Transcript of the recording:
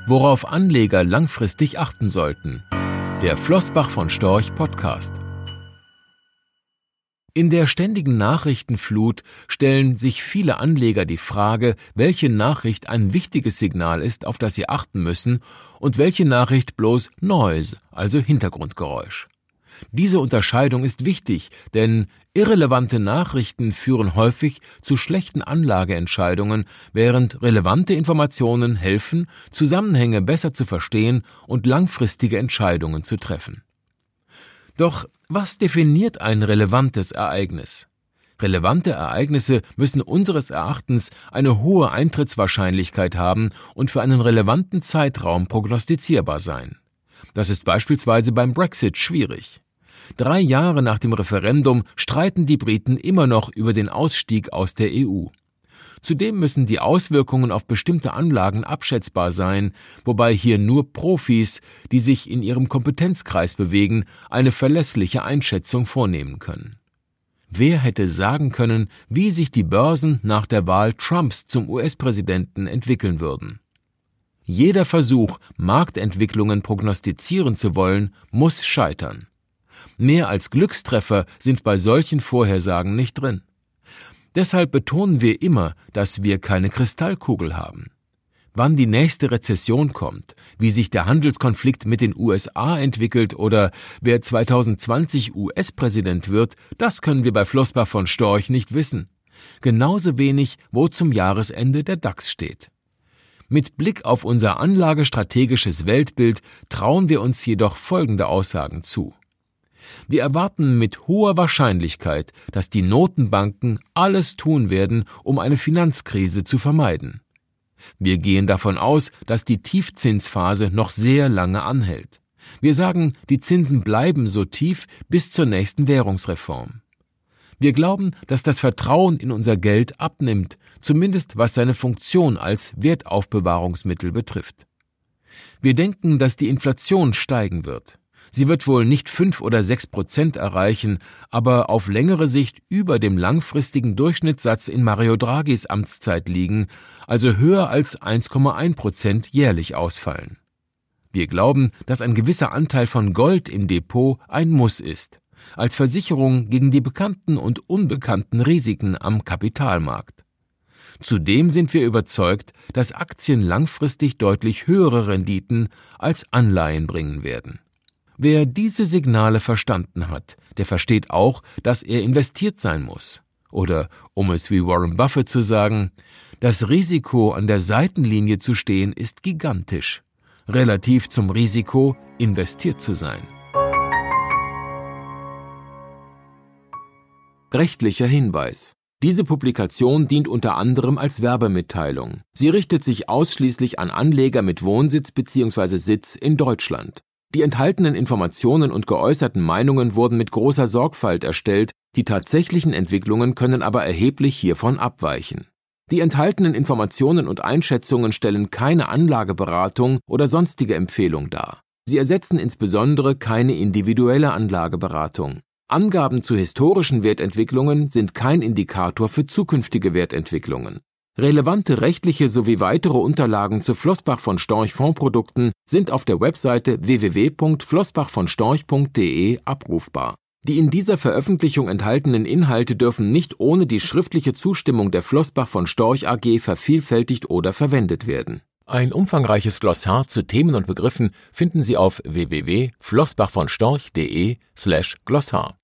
Worauf Anleger langfristig achten sollten. Der Flossbach von Storch Podcast. In der ständigen Nachrichtenflut stellen sich viele Anleger die Frage, welche Nachricht ein wichtiges Signal ist, auf das sie achten müssen, und welche Nachricht bloß Noise, also Hintergrundgeräusch. Diese Unterscheidung ist wichtig, denn irrelevante Nachrichten führen häufig zu schlechten Anlageentscheidungen, während relevante Informationen helfen, Zusammenhänge besser zu verstehen und langfristige Entscheidungen zu treffen. Doch was definiert ein relevantes Ereignis? Relevante Ereignisse müssen unseres Erachtens eine hohe Eintrittswahrscheinlichkeit haben und für einen relevanten Zeitraum prognostizierbar sein. Das ist beispielsweise beim Brexit schwierig. 3 Jahre nach dem Referendum streiten die Briten immer noch über den Ausstieg aus der EU. Zudem müssen die Auswirkungen auf bestimmte Anlagen abschätzbar sein, wobei hier nur Profis, die sich in ihrem Kompetenzkreis bewegen, eine verlässliche Einschätzung vornehmen können. Wer hätte sagen können, wie sich die Börsen nach der Wahl Trumps zum US-Präsidenten entwickeln würden? Jeder Versuch, Marktentwicklungen prognostizieren zu wollen, muss scheitern. Mehr als Glückstreffer sind bei solchen Vorhersagen nicht drin. Deshalb betonen wir immer, dass wir keine Kristallkugel haben. Wann die nächste Rezession kommt, wie sich der Handelskonflikt mit den USA entwickelt oder wer 2020 US-Präsident wird, das können wir bei Flossbach von Storch nicht wissen. Genauso wenig, wo zum Jahresende der DAX steht. Mit Blick auf unser anlagestrategisches Weltbild trauen wir uns jedoch folgende Aussagen zu. Wir erwarten mit hoher Wahrscheinlichkeit, dass die Notenbanken alles tun werden, um eine Finanzkrise zu vermeiden. Wir gehen davon aus, dass die Tiefzinsphase noch sehr lange anhält. Wir sagen, die Zinsen bleiben so tief bis zur nächsten Währungsreform. Wir glauben, dass das Vertrauen in unser Geld abnimmt, zumindest was seine Funktion als Wertaufbewahrungsmittel betrifft. Wir denken, dass die Inflation steigen wird. Sie wird wohl nicht 5 oder 6% erreichen, aber auf längere Sicht über dem langfristigen Durchschnittssatz in Mario Draghis Amtszeit liegen, also höher als 1,1% jährlich ausfallen. Wir glauben, dass ein gewisser Anteil von Gold im Depot ein Muss ist, als Versicherung gegen die bekannten und unbekannten Risiken am Kapitalmarkt. Zudem sind wir überzeugt, dass Aktien langfristig deutlich höhere Renditen als Anleihen bringen werden. Wer diese Signale verstanden hat, der versteht auch, dass er investiert sein muss. Oder, um es wie Warren Buffett zu sagen, das Risiko, an der Seitenlinie zu stehen, ist gigantisch. Relativ zum Risiko, investiert zu sein. Rechtlicher Hinweis. Diese Publikation dient unter anderem als Werbemitteilung. Sie richtet sich ausschließlich an Anleger mit Wohnsitz bzw. Sitz in Deutschland. Die enthaltenen Informationen und geäußerten Meinungen wurden mit großer Sorgfalt erstellt, die tatsächlichen Entwicklungen können aber erheblich hiervon abweichen. Die enthaltenen Informationen und Einschätzungen stellen keine Anlageberatung oder sonstige Empfehlung dar. Sie ersetzen insbesondere keine individuelle Anlageberatung. Angaben zu historischen Wertentwicklungen sind kein Indikator für zukünftige Wertentwicklungen. Relevante rechtliche sowie weitere Unterlagen zu Flossbach von Storch Fondsprodukten sind auf der Webseite www.flossbachvonstorch.de abrufbar. Die in dieser Veröffentlichung enthaltenen Inhalte dürfen nicht ohne die schriftliche Zustimmung der Flossbach von Storch AG vervielfältigt oder verwendet werden. Ein umfangreiches Glossar zu Themen und Begriffen finden Sie auf www.flossbachvonstorch.de/Glossar.